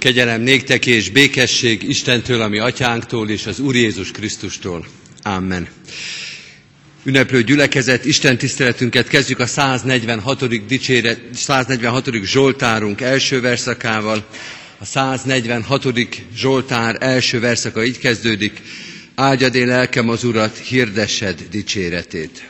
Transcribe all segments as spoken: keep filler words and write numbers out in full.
Kegyelem néktek és békesség Istentől, ami atyánktól és az Úr Jézus Krisztustól. Amen. Ünneplő gyülekezet, Isten tiszteletünket kezdjük a száznegyvenhatodik dicséret, száznegyvenhatodik Zsoltárunk első verszakával. A száznegyvenhatodik Zsoltár első verszaka így kezdődik: áldjad én lelkem az Urat, hirdessed dicséretét.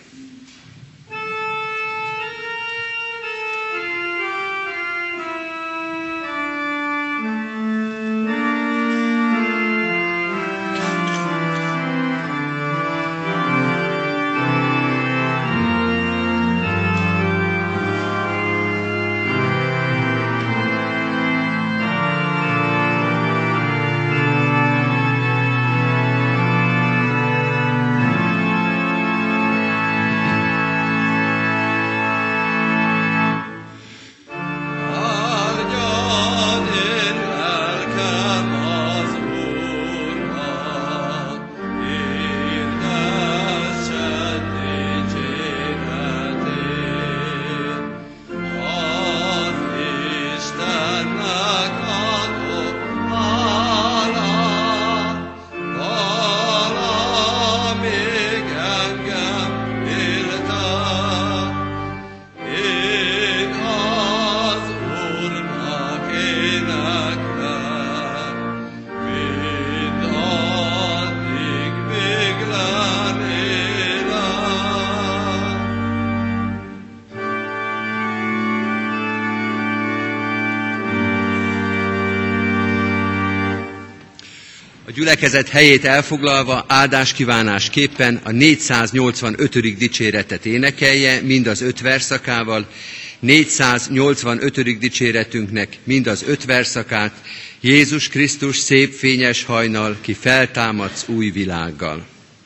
A gyülekezet helyét elfoglalva áldáskívánásképpen a négyszáznyolcvanötödik dicséretet énekelje, mind az öt verszakával. négyszáznyolcvanötödik dicséretünknek mind az öt verszakát: Jézus Krisztus szép fényes hajnal, ki feltámadsz új világgal.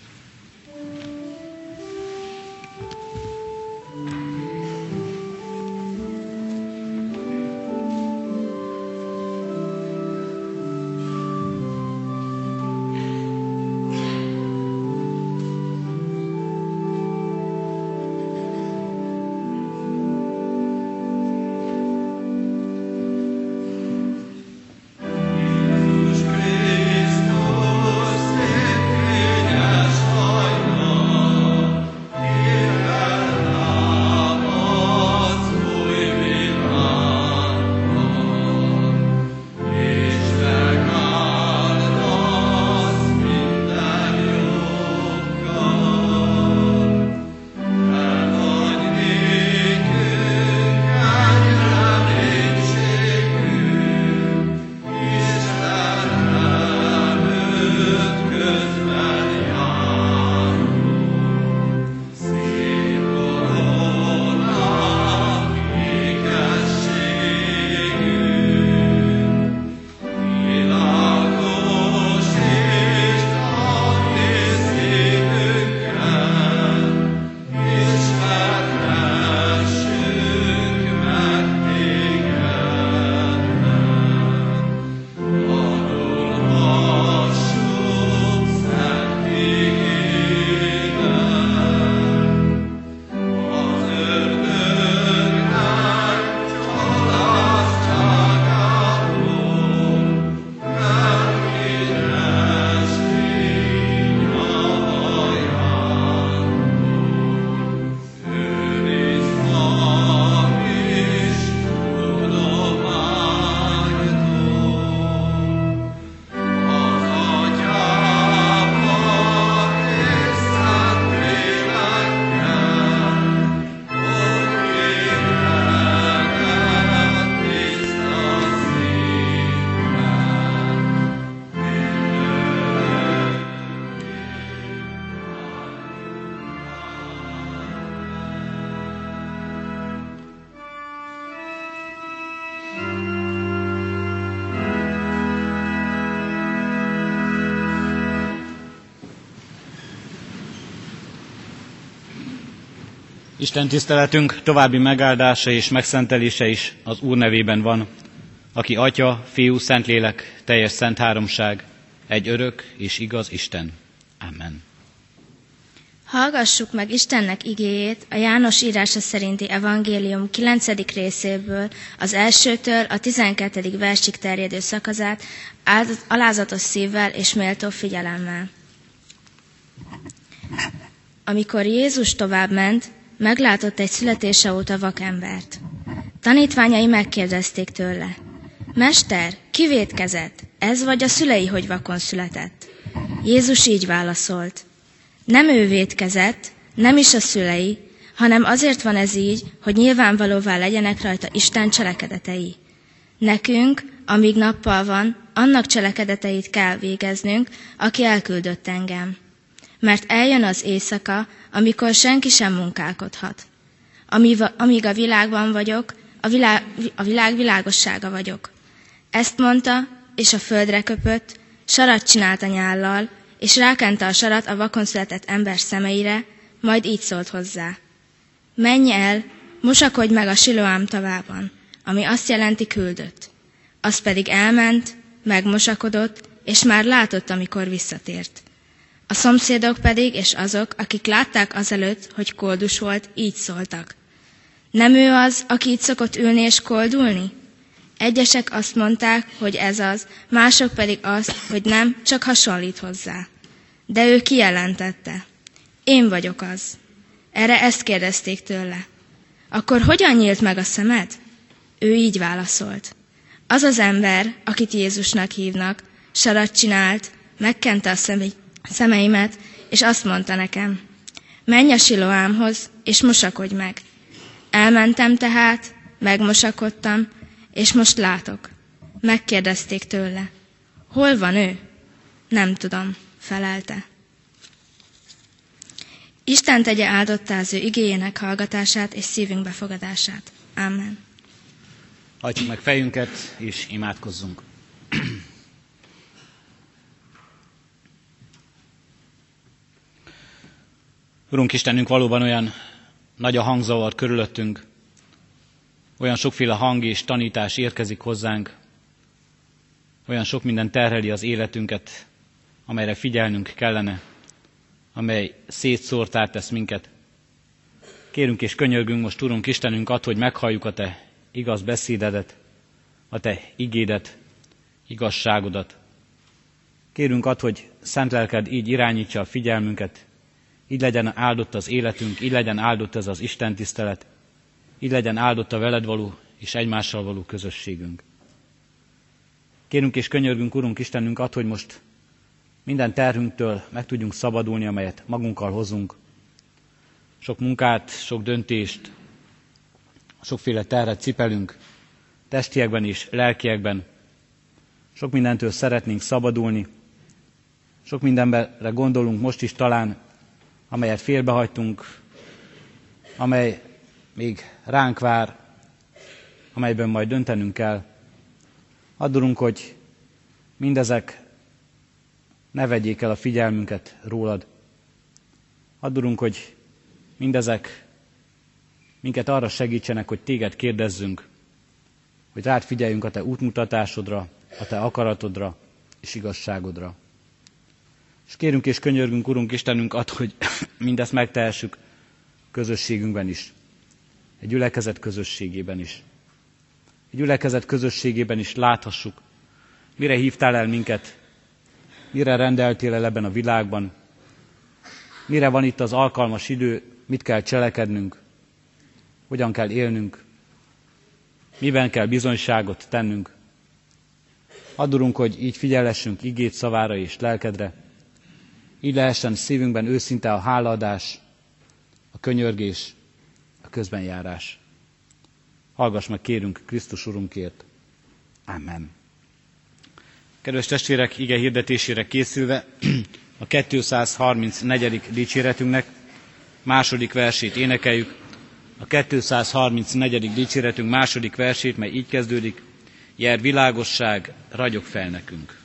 Isten tiszteletünk további megáldása és megszentelése is az Úr nevében van, aki Atya, Fiú, Szentlélek, teljes szent háromság, egy örök és igaz Isten. Amen. Hallgassuk meg Istennek igéjét a János írása szerinti evangélium kilencedik részéből, az elsőtől a tizenkettedik versig terjedő szakaszát alázatos szívvel és méltó figyelemmel. Amikor Jézus továbbment, meglátott egy születése óta vakembert. Tanítványai megkérdezték tőle: Mester, ki vétkezett? Ez vagy a szülei, hogy vakon született? Jézus így válaszolt: Nem ő vétkezett, nem is a szülei, hanem azért van ez így, hogy nyilvánvalóvá legyenek rajta Isten cselekedetei. Nekünk, amíg nappal van, annak cselekedeteit kell végeznünk, aki elküldött engem. Mert eljön az éjszaka, amikor senki sem munkálkodhat. Amíg a világban vagyok, a világ, a világ világossága vagyok. Ezt mondta, és a földre köpött, sarat csinált a nyállal, és rákente a sarat a vakon született ember szemeire, majd így szólt hozzá: Menj el, mosakodj meg a Siloám tavában, ami azt jelenti küldött. Az pedig elment, megmosakodott, és már látott, amikor visszatért. A szomszédok pedig, és azok, akik látták azelőtt, hogy koldus volt, így szóltak: Nem ő az, aki itt szokott ülni és koldulni? Egyesek azt mondták, hogy ez az, mások pedig azt, hogy nem, csak hasonlít hozzá. De ő kijelentette: Én vagyok az. Erre ezt kérdezték tőle: Akkor hogyan nyílt meg a szemed? Ő így válaszolt: Az az ember, akit Jézusnak hívnak, sarat csinált, megkente a szemeimet, és azt mondta nekem: Menj a Siloámhoz, és mosakodj meg. Elmentem tehát, megmosakodtam, és most látok. Megkérdezték tőle: Hol van ő? Nem tudom, felelte. Isten tegye áldottá az ő igéjének hallgatását és szívünk befogadását. Amen. Hajtsuk meg fejünket, és imádkozzunk. Urunk Istenünk, valóban olyan nagy a hangzavar körülöttünk, olyan sokféle hang és tanítás érkezik hozzánk, olyan sok minden terheli az életünket, amelyre figyelnünk kellene, amely szétszórtá tesz minket. Kérünk és könyörgünk most, Urunk Istenünk, add, hogy meghalljuk a Te igaz beszédedet, a Te igédet, igazságodat. Kérünk add, hogy szent lelked így irányítsa a figyelmünket, így legyen áldott az életünk, így legyen áldott ez az Isten tisztelet, így legyen áldott a veled való és egymással való közösségünk. Kérünk és könyörgünk, Urunk Istenünk, add, hogy most minden terhünktől meg tudjunk szabadulni, amelyet magunkkal hozunk. Sok munkát, sok döntést, sokféle terhet cipelünk, testiekben és lelkiekben. Sok mindentől szeretnénk szabadulni. Sok mindenre gondolunk most is talán, amelyet félbehagytunk, amely még ránk vár, amelyben majd döntenünk kell. Add, Urunk, hogy mindezek ne vegyék el a figyelmünket rólad. Add, Urunk, hogy mindezek minket arra segítsenek, hogy téged kérdezzünk, hogy rád figyeljünk a te útmutatásodra, a te akaratodra és igazságodra. És kérünk és könyörgünk, Urunk Istenünk, add, hogy mindezt megtehessük közösségünkben is, egy gyülekezet közösségében is. Egy gyülekezet közösségében is láthassuk, mire hívtál el minket, mire rendeltél el ebben a világban, mire van itt az alkalmas idő, mit kell cselekednünk, hogyan kell élnünk, miben kell bizonyságot tennünk. Add, Urunk, hogy így figyelessünk igéd szavára és lelkedre, így lehessen szívünkben őszinte a hálaadás, a könyörgés, a közbenjárás. Hallgass meg, kérünk, Krisztus Urunkért. Amen. Kedves testvérek, ige hirdetésére készülve a kétszázharmincnegyedik dicséretünknek második versét énekeljük. A kétszázharmincnegyedik dicséretünk második versét, mely így kezdődik: Jel világosság, ragyog fel nekünk.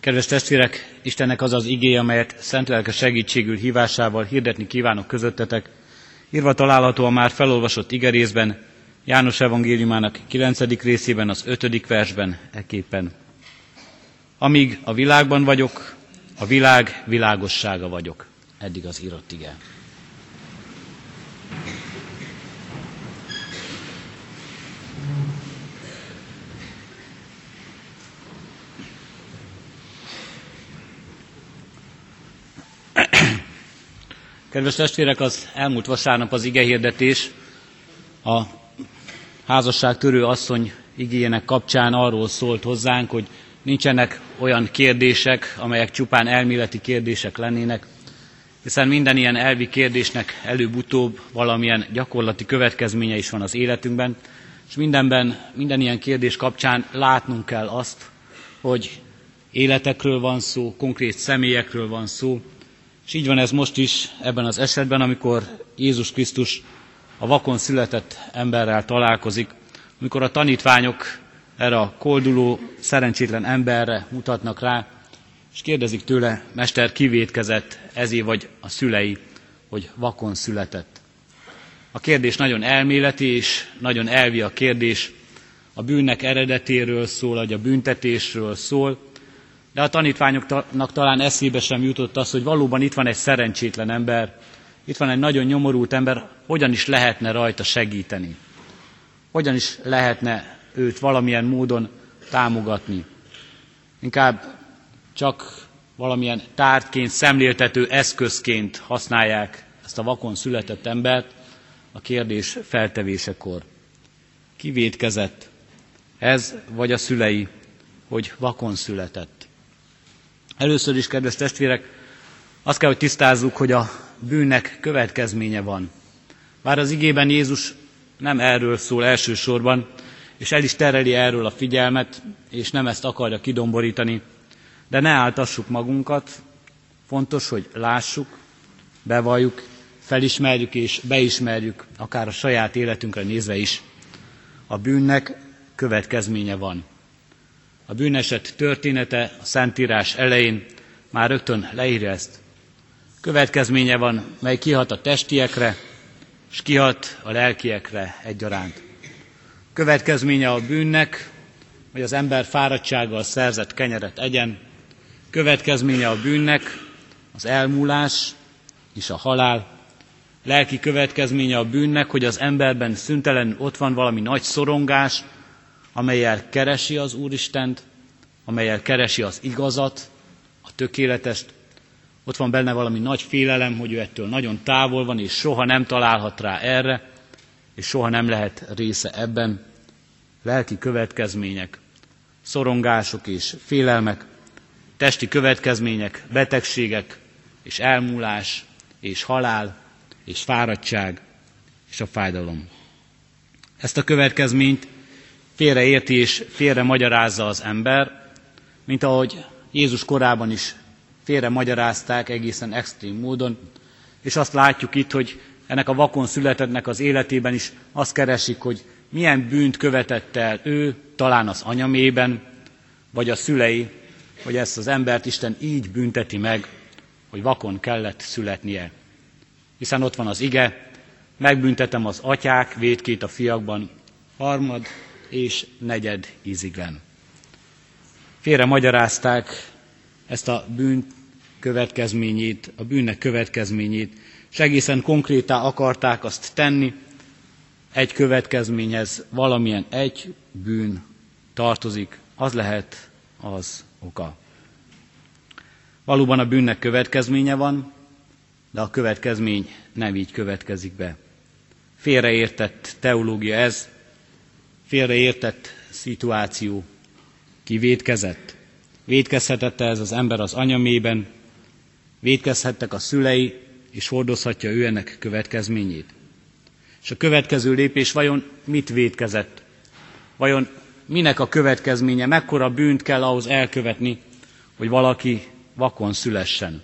Kedves testvérek, Istennek az az igéje, amelyet szent lelke segítségül hívásával hirdetni kívánok közöttetek, írva található a már felolvasott igerészben, János evangéliumának kilencedik részében, az ötödik versben ekképpen. Amíg a világban vagyok, a világ világossága vagyok. Eddig az írott ige. Kedves testvérek, az elmúlt vasárnap az igehirdetés a házasságtörő asszony igéjének kapcsán arról szólt hozzánk, hogy nincsenek olyan kérdések, amelyek csupán elméleti kérdések lennének, hiszen minden ilyen elvi kérdésnek előbb-utóbb valamilyen gyakorlati következménye is van az életünkben, és mindenben, minden ilyen kérdés kapcsán látnunk kell azt, hogy életekről van szó, konkrét személyekről van szó, és így van ez most is ebben az esetben, amikor Jézus Krisztus a vakon született emberrel találkozik, amikor a tanítványok erre a kolduló, szerencsétlen emberre mutatnak rá, és kérdezik tőle, Mester, ki vétkezett, ezé vagy a szülei, hogy vakon született. A kérdés nagyon elméleti és nagyon elvi a kérdés, a bűnnek eredetéről szól, vagy a büntetésről szól, de a tanítványoknak talán eszébe sem jutott az, hogy valóban itt van egy szerencsétlen ember, itt van egy nagyon nyomorult ember, hogyan is lehetne rajta segíteni, hogyan is lehetne őt valamilyen módon támogatni. Inkább csak valamilyen tárgyként, szemléltető eszközként használják ezt a vakon született embert a kérdés feltevésekor. Ki vétkezett? Ez vagy a szülei, hogy vakon született? Először is, kedves testvérek, azt kell, hogy tisztázzuk, hogy a bűnnek következménye van. Bár az igében Jézus nem erről szól elsősorban, és el is tereli erről a figyelmet, és nem ezt akarja kidomborítani, de ne áltassuk magunkat, fontos, hogy lássuk, bevalljuk, felismerjük és beismerjük, akár a saját életünkre nézve is. A bűnnek következménye van. A bűneset története a Szentírás elején már rögtön leírja ezt. Következménye van, mely kihat a testiekre, és kihat a lelkiekre egyaránt. Következménye a bűnnek, hogy az ember fáradtsággal szerzett kenyeret egyen. Következménye a bűnnek az elmúlás és a halál. Lelki következménye a bűnnek, hogy az emberben szüntelenül ott van valami nagy szorongás, amellyel keresi az Úristent, amellyel keresi az igazat, a tökéletest. Ott van benne valami nagy félelem, hogy ő ettől nagyon távol van, és soha nem találhat rá erre, és soha nem lehet része ebben. Lelki következmények, szorongások és félelmek, testi következmények, betegségek, és elmúlás, és halál, és fáradtság, és a fájdalom. Ezt a következményt félreérti és félre magyarázza az ember, mint ahogy Jézus korában is félre magyarázták egészen extrém módon, és azt látjuk itt, hogy ennek a vakon születettnek az életében is azt keresik, hogy milyen bűnt követett el ő, talán az anyamében, vagy a szülei, hogy ezt az embert Isten így bünteti meg, hogy vakon kellett születnie. Hiszen ott van az ige, megbüntetem az atyák vétkét a fiakban, harmad és negyed íziglen. Félre magyarázták ezt a bűn következményét, a bűnnek következményét, és egészen konkrétá akarták azt tenni, egy következményhez valamilyen egy bűn tartozik, az lehet az oka. Valóban a bűnnek következménye van, de a következmény nem így következik be. Félreértett teológia ez, félreértett szituáció. Ki vétkezett? Vétkezhetett ez az ember az anyamében, vétkezhettek a szülei, és hordozhatja ő ennek következményét. És a következő lépés vajon mit vétkezett? Vajon minek a következménye, mekkora bűnt kell ahhoz elkövetni, hogy valaki vakon szülessen?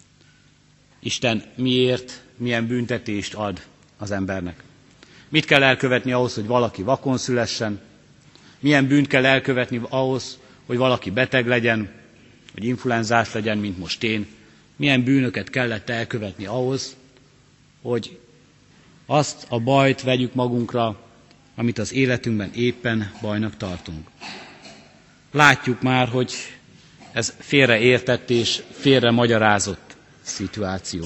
Isten miért, milyen büntetést ad az embernek? Mit kell elkövetni ahhoz, hogy valaki vakon szülessen? Milyen bűnt kell elkövetni ahhoz, hogy valaki beteg legyen? hogy influenzás legyen, mint most én, milyen bűnöket kellett elkövetni ahhoz, hogy azt a bajt vegyük magunkra, amit az életünkben éppen bajnak tartunk. Látjuk már, hogy ez félreértett és félre magyarázott szituáció.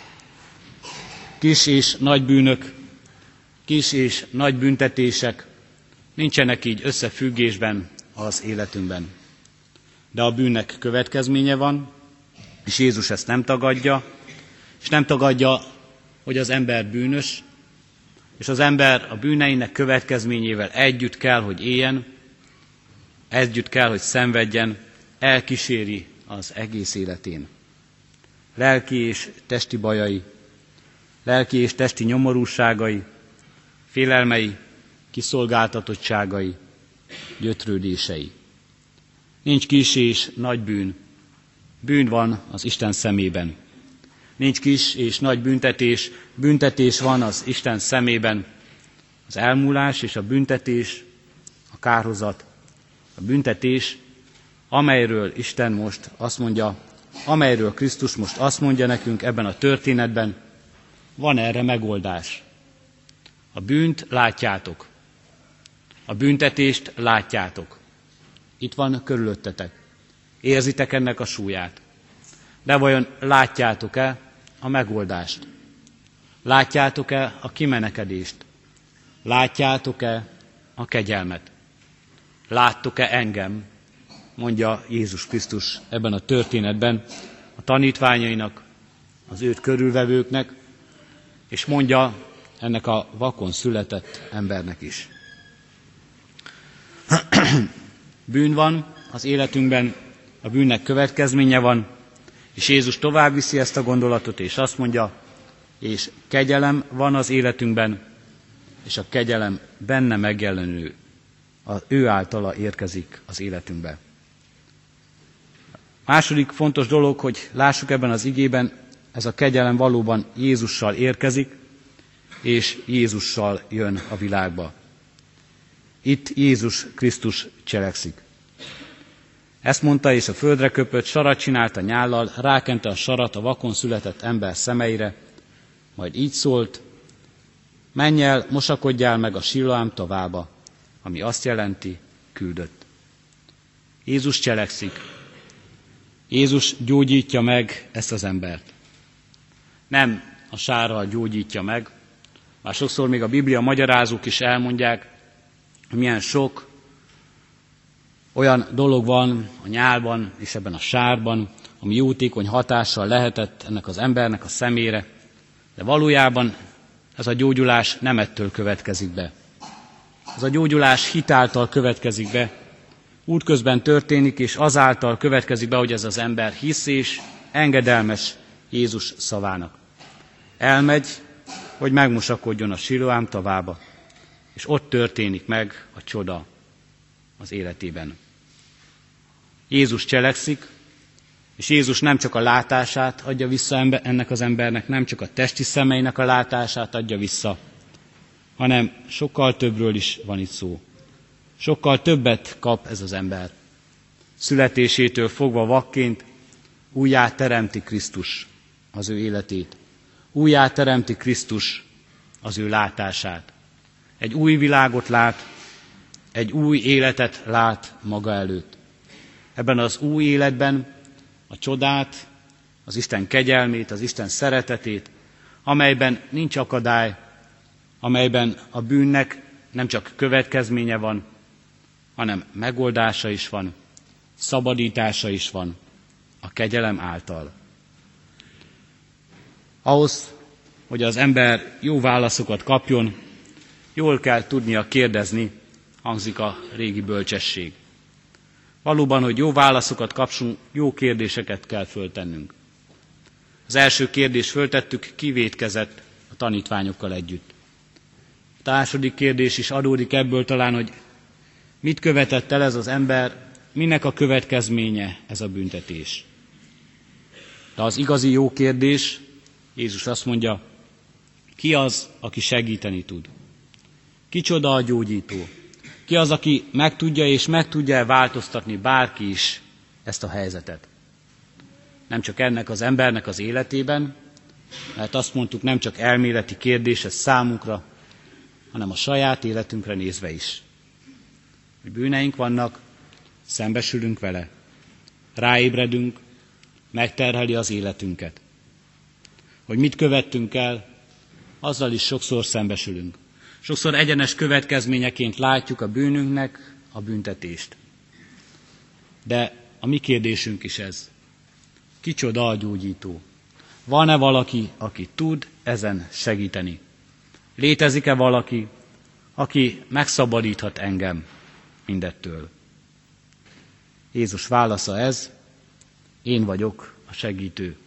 Kis és nagy bűnök, kis és nagy büntetések nincsenek így összefüggésben az életünkben. De a bűnnek következménye van, és Jézus ezt nem tagadja, és nem tagadja, hogy az ember bűnös, és az ember a bűneinek következményével együtt kell, hogy éljen, együtt kell, hogy szenvedjen, elkíséri az egész életén. Lelki és testi bajai, lelki és testi nyomorúságai, félelmei, kiszolgáltatottságai, gyötrődései. Nincs kis és nagy bűn. Bűn van az Isten szemében. Nincs kis és nagy büntetés. Büntetés van az Isten szemében. Az elmúlás és a büntetés, a kárhozat, a büntetés, amelyről Isten most azt mondja, amelyről Krisztus most azt mondja nekünk ebben a történetben, van erre megoldás. A bűnt látjátok. A büntetést látjátok. Itt van körülöttetek. Érzitek ennek a súlyát. De vajon látjátok-e a megoldást? Látjátok-e a kimenekedést? Látjátok-e a kegyelmet? Láttok-e engem? Mondja Jézus Krisztus ebben a történetben a tanítványainak, az őt körülvevőknek, és mondja ennek a vakon született embernek is. Bűn van az életünkben, a bűnnek következménye van, és Jézus tovább viszi ezt a gondolatot, és azt mondja, és kegyelem van az életünkben, és a kegyelem benne megjelenő, az ő általa érkezik az életünkbe. Második fontos dolog, hogy lássuk ebben az igében, ez a kegyelem valóban Jézussal érkezik, és Jézussal jön a világba. Itt Jézus Krisztus cselekszik. Ezt mondta, és a földre köpött, sarat csinált a nyállal, rákente a sarat a vakon született ember szemeire, majd így szólt, menj el, mosakodjál meg a Siloám továba, ami azt jelenti, küldött. Jézus cselekszik. Jézus gyógyítja meg ezt az embert. Nem a sárral gyógyítja meg, már sokszor még a Biblia magyarázók is elmondják, hogy milyen sok olyan dolog van a nyálban és ebben a sárban, ami jótékony hatással lehetett ennek az embernek a szemére, de valójában ez a gyógyulás nem ettől következik be. Ez a gyógyulás hitáltal következik be, útközben történik, és azáltal következik be, hogy ez az ember hisz és engedelmes Jézus szavának. Elmegy, hogy megmosakodjon a Siloám tavába, és ott történik meg a csoda az életében. Jézus cselekszik, és Jézus nem csak a látását adja vissza ennek az embernek, nem csak a testi szemeinek a látását adja vissza, hanem sokkal többről is van itt szó. Sokkal többet kap ez az ember. Születésétől fogva vakként újjá teremti Krisztus az ő életét. Újjá teremti Krisztus az ő látását. Egy új világot lát, egy új életet lát maga előtt. Ebben az új életben a csodát, az Isten kegyelmét, az Isten szeretetét, amelyben nincs akadály, amelyben a bűnnek nem csak következménye van, hanem megoldása is van, szabadítása is van a kegyelem által. Ahhoz, hogy az ember jó válaszokat kapjon, jól kell tudnia kérdezni, hangzik a régi bölcsesség. Valóban, hogy jó válaszokat kapsunk, jó kérdéseket kell föltennünk. Az első kérdést föltettük, ki vétkezett a tanítványokkal együtt. A második kérdés is adódik ebből talán, hogy mit követett el ez az ember, minek a következménye ez a büntetés. De az igazi jó kérdés, Jézus azt mondja, ki az, aki segíteni tud? Kicsoda a gyógyító? Ki az, aki meg tudja és meg tudja változtatni bárki is ezt a helyzetet? nem csak ennek az embernek az életében, mert azt mondtuk, nem csak elméleti kérdés ez számunkra, hanem a saját életünkre nézve is. Hogy bűneink vannak, szembesülünk vele, ráébredünk, megterheli az életünket. Hogy mit követtünk el, azzal is sokszor szembesülünk. Sokszor egyenes következményeként látjuk a bűnünknek a büntetést. De a mi kérdésünk is ez. Kicsoda a gyógyító? Van-e valaki, aki tud ezen segíteni? Létezik-e valaki, aki megszabadíthat engem mindettől? Jézus válasza ez, én vagyok a segítő.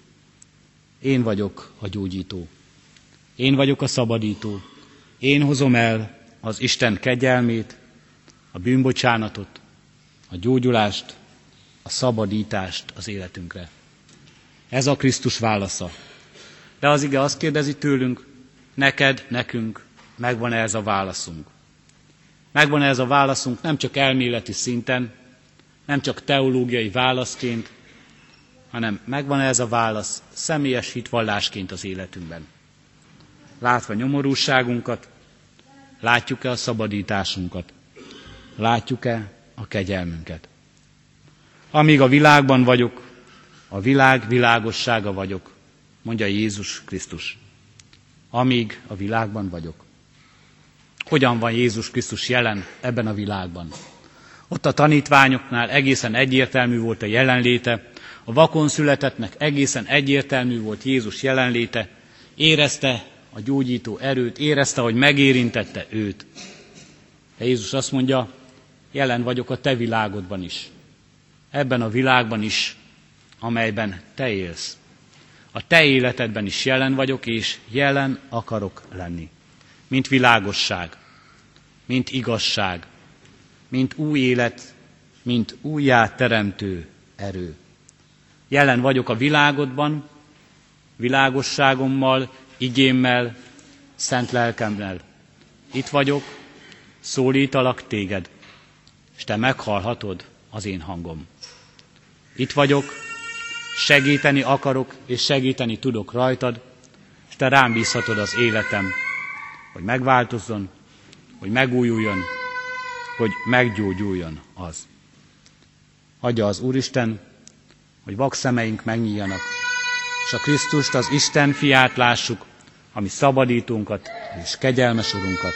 Én vagyok a gyógyító. Én vagyok a szabadító. Én hozom el az Isten kegyelmét, a bűnbocsánatot, a gyógyulást, a szabadítást az életünkre. Ez a Krisztus válasza. De az ige azt kérdezi tőlünk, neked, nekünk megvan-e ez a válaszunk? Megvan-e ez a válaszunk nem csak elméleti szinten, nem csak teológiai válaszként, hanem megvan-e ez a válasz személyes hitvallásként az életünkben? Látva nyomorúságunkat, látjuk-e a szabadításunkat? Látjuk-e a kegyelmünket? Amíg a világban vagyok, a világ világossága vagyok, mondja Jézus Krisztus. Amíg a világban vagyok. Hogyan van Jézus Krisztus jelen ebben a világban? Ott a tanítványoknál egészen egyértelmű volt a jelenléte, a vakon születettnek egészen egyértelmű volt Jézus jelenléte, érezte a gyógyító erőt, érezte, hogy megérintette őt. De Jézus azt mondja, jelen vagyok a te világodban is. Ebben a világban is, amelyben te élsz. A te életedben is jelen vagyok, és jelen akarok lenni. Mint világosság, mint igazság, mint új élet, mint újjá teremtő erő. Jelen vagyok a világodban, világosságommal, igémmel, szent lelkemmel. Itt vagyok, szólítalak téged, és te meghallhatod az én hangom. Itt vagyok, segíteni akarok, és segíteni tudok rajtad, és te rám bízhatod az életem, hogy megváltozzon, hogy megújuljon, hogy meggyógyuljon az. Adja az Úristen, hogy vak szemeink megnyíljanak, és a Krisztust, az Isten fiát lássuk, ami szabadítunkat és kegyelmes Urunkat.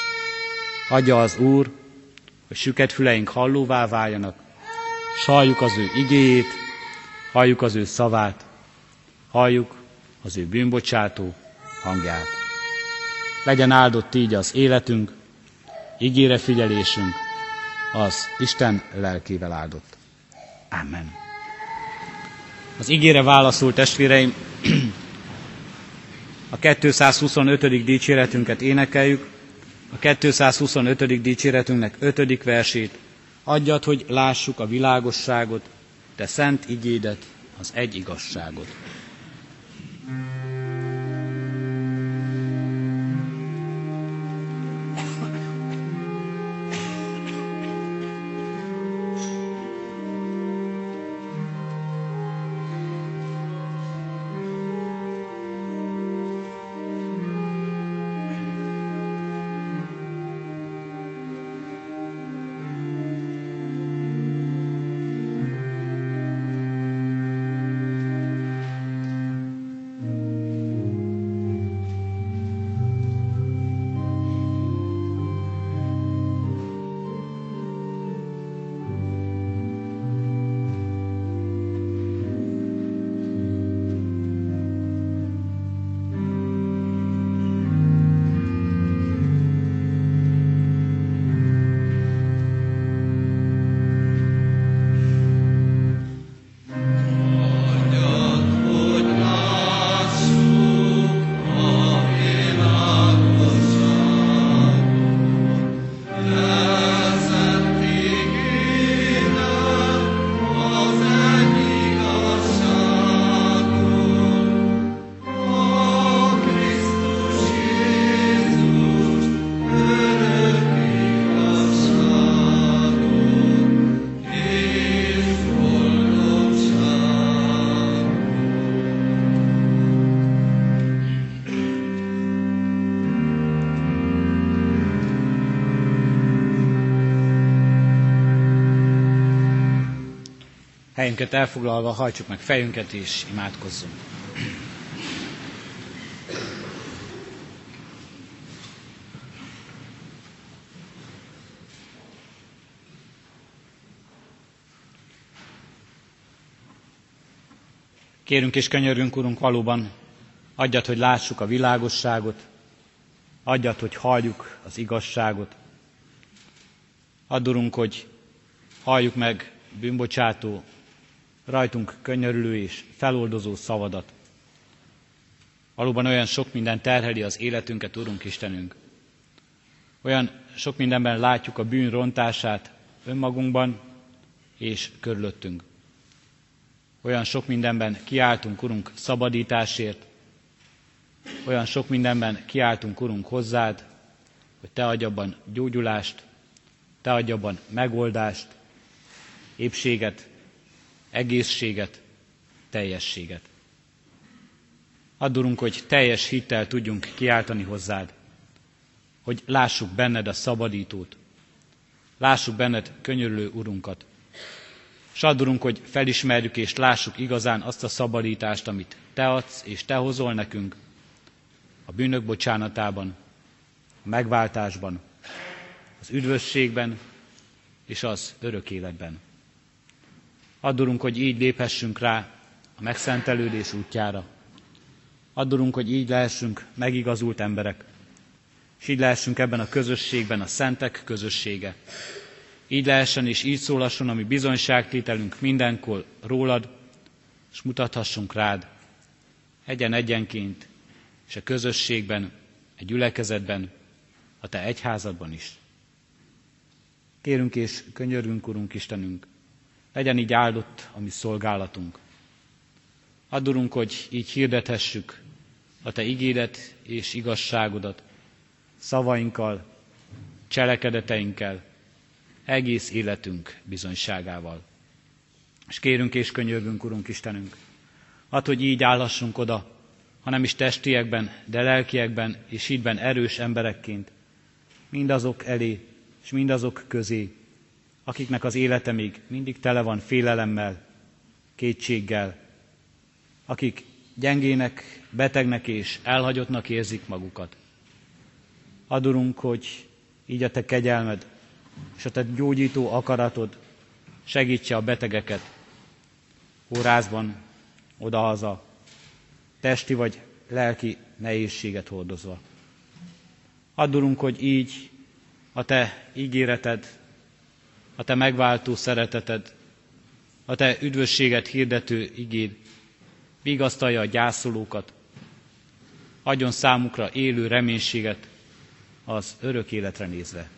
Adja az Úr, hogy süket füleink hallóvá váljanak, s halljuk az ő igéjét, halljuk az ő szavát, halljuk az ő bűnbocsátó hangját. Legyen áldott így az életünk, ígére figyelésünk, az Isten lelkével áldott. Amen. Az ígére válaszul, testvéreim, a kétszázhuszonötödik dicséretünket énekeljük, a kétszázhuszonötödik dicséretünknek ötödik versét. Adjad, hogy lássuk a világosságot, te szent igédet, az egy igazságot. Helyünket elfoglalva hajtsuk meg fejünket és imádkozzunk. Kérünk és könyörgünk, Urunk, valóban adjad, hogy lássuk a világosságot, adjad, hogy halljuk az igazságot. Add, Urunk, hogy halljuk meg bűnbocsátó, rajtunk könyörülő és feloldozó szavadat. Valóban olyan sok minden terheli az életünket, Urunk Istenünk. Olyan sok mindenben látjuk a bűn rontását önmagunkban és körülöttünk. Olyan sok mindenben kiáltunk, Urunk, szabadításért, olyan sok mindenben kiáltunk, Urunk, hozzád, hogy Te adj abban gyógyulást, Te adj abban megoldást, épséget, egészséget, teljességet. Add, Urunk, hogy teljes hittel tudjunk kiáltani hozzád, hogy lássuk benned a szabadítót, lássuk benned könyörülő Urunkat. S add, Urunk, hogy felismerjük és lássuk igazán azt a szabadítást, amit Te adsz és Te hozol nekünk a bűnök bocsánatában, a megváltásban, az üdvösségben és az örök életben. Add, Urunk, hogy így léphessünk rá a megszentelődés útjára. Add, Urunk, hogy így lehessünk megigazult emberek, és így lehessünk ebben a közösségben a szentek közössége. Így lehessen és így szólasson a mi bizonyságtételünk mindenkor rólad, és mutathassunk rád egyen-egyenként, és a közösségben, a gyülekezetben, a Te egyházadban is. Kérünk és könyörgünk, Urunk Istenünk, legyen így áldott a mi szolgálatunk. Add, Urunk, hogy így hirdethessük a Te igédet és igazságodat szavainkkal, cselekedeteinkkel, egész életünk bizonyságával. És kérünk és könyörgünk, Urunk Istenünk, add, hogy így állhassunk oda, ha nem is testiekben, de lelkiekben és hídben erős emberekként, mindazok elé és mindazok közé, akiknek az élete még mindig tele van félelemmel, kétséggel, akik gyengének, betegnek és elhagyottnak érzik magukat. Add, Urunk, hogy így a Te kegyelmed és a Te gyógyító akaratod segítse a betegeket kórházban, odahaza, testi vagy lelki nehézséget hordozva. Add, Urunk, hogy így a Te ígéreted, a Te megváltó szereteted, a Te üdvösséget hirdető igéd vigasztalja a gyászolókat, adjon számukra élő reménységet az örök életre nézve.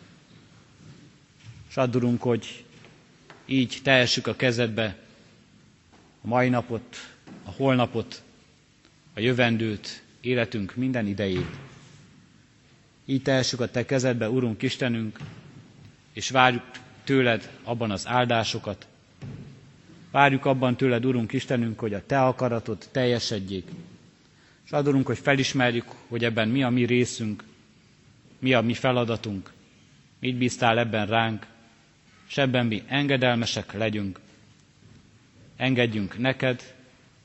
S add, Urunk, hogy így tehessük a kezedbe a mai napot, a holnapot, a jövendőt, életünk minden idejét. Így tehessük a Te kezedbe, Urunk Istenünk, és várjuk tőled abban az áldásokat. Várjuk abban tőled, Urunk Istenünk, hogy a Te akaratod teljesedjék. És add, Urunk, hogy felismerjük, hogy ebben mi a mi részünk, mi a mi feladatunk, mit bíztál ebben ránk, és ebben mi engedelmesek legyünk. Engedjünk neked,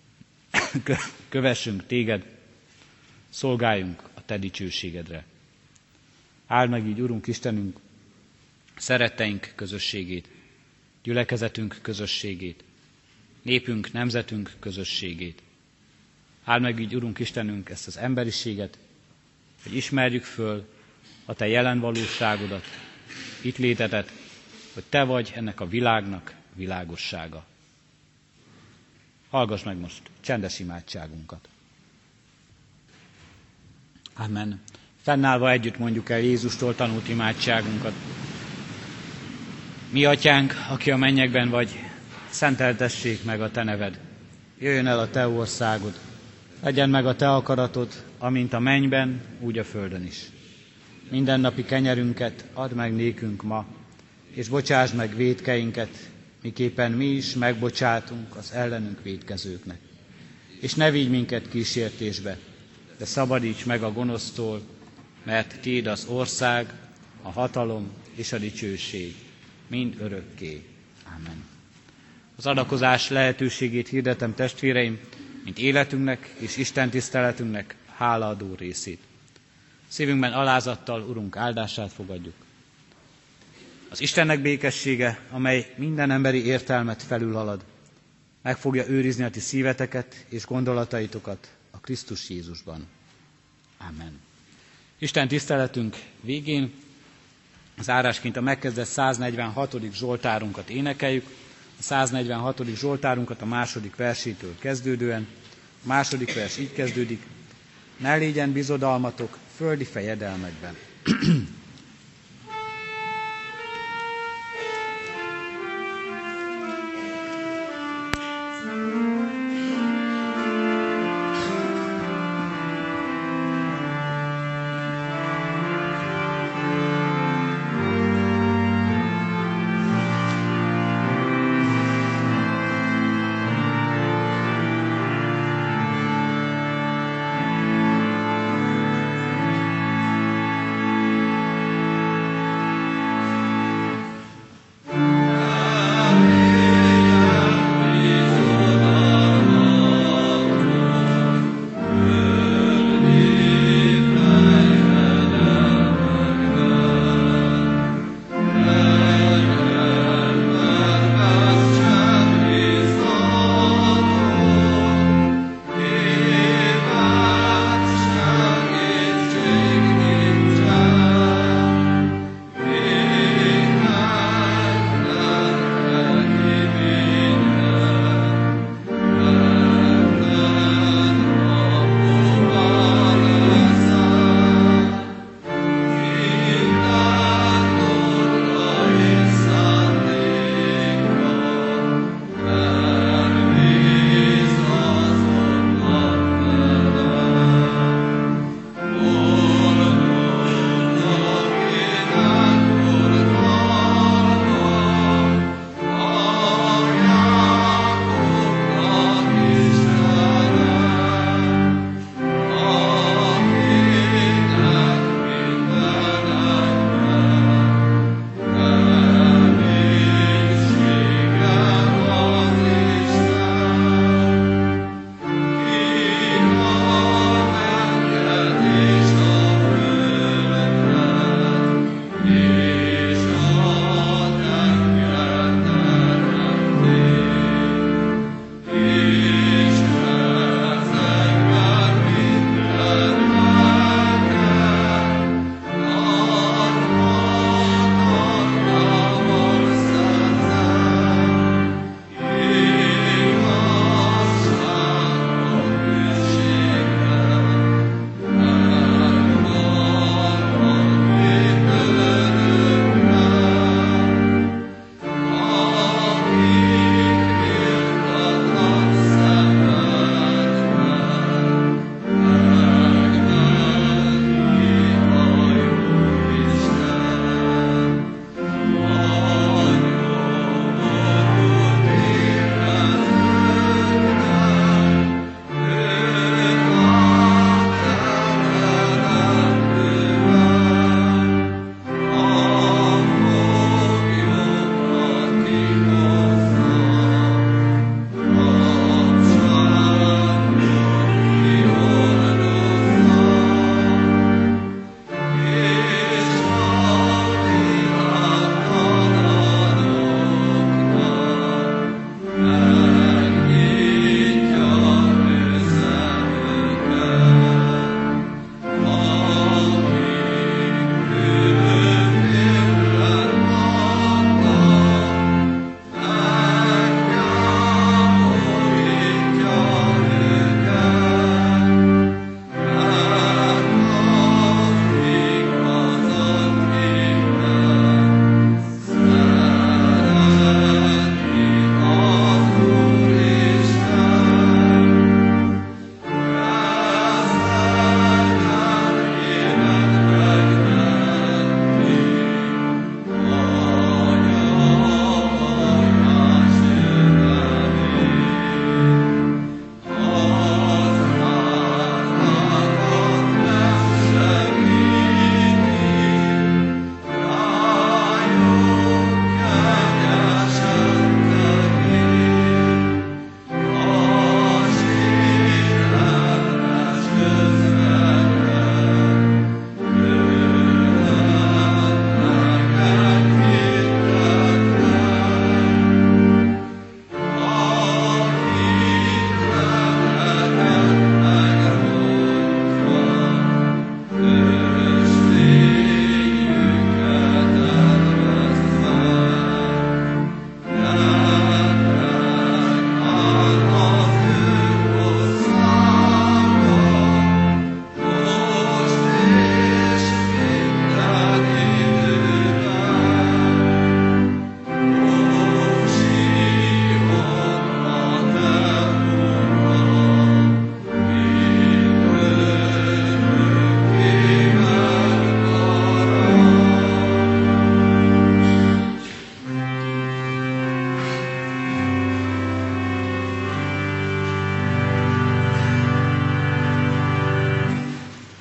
kövessünk téged, szolgáljunk a Te dicsőségedre. Áld meg így, Urunk Istenünk, szeretteink közösségét, gyülekezetünk közösségét, népünk, nemzetünk közösségét. Áld meg így, Urunk Istenünk, ezt az emberiséget, hogy ismerjük föl a Te jelen valóságodat, itt létedet, hogy Te vagy ennek a világnak világossága. Hallgass meg most csendes imádságunkat. Amen. Fennállva együtt mondjuk el Jézustól tanult imádságunkat. Mi atyánk, aki a mennyekben vagy, szenteltessék meg a Te neved. Jöjjön el a Te országod. Legyen meg a Te akaratod, amint a mennyben, úgy a földön is. Mindennapi kenyerünket add meg nékünk ma, és bocsásd meg vétkeinket, miképpen mi is megbocsátunk az ellenünk vétkezőknek. És ne vigy minket kísértésbe, de szabadíts meg a gonosztól, mert Tiéd az ország, a hatalom és a dicsőség, mind örökké. Amen. Az adakozás lehetőségét hirdetem, testvéreim, mint életünknek és Isten tiszteletünknek hálaadó részét. Szívünkben alázattal Urunk áldását fogadjuk. Az Istennek békessége, amely minden emberi értelmet felülhalad, meg fogja őrizni a ti szíveteket és gondolataitokat a Krisztus Jézusban. Amen. Isten tiszteletünk végén zárásként a megkezdett száznegyvenhatodik zsoltárunkat énekeljük. A száznegyvenhatodik zsoltárunkat a második versétől kezdődően. A második vers így kezdődik: ne légyen bizodalmatok földi fejedelmekben.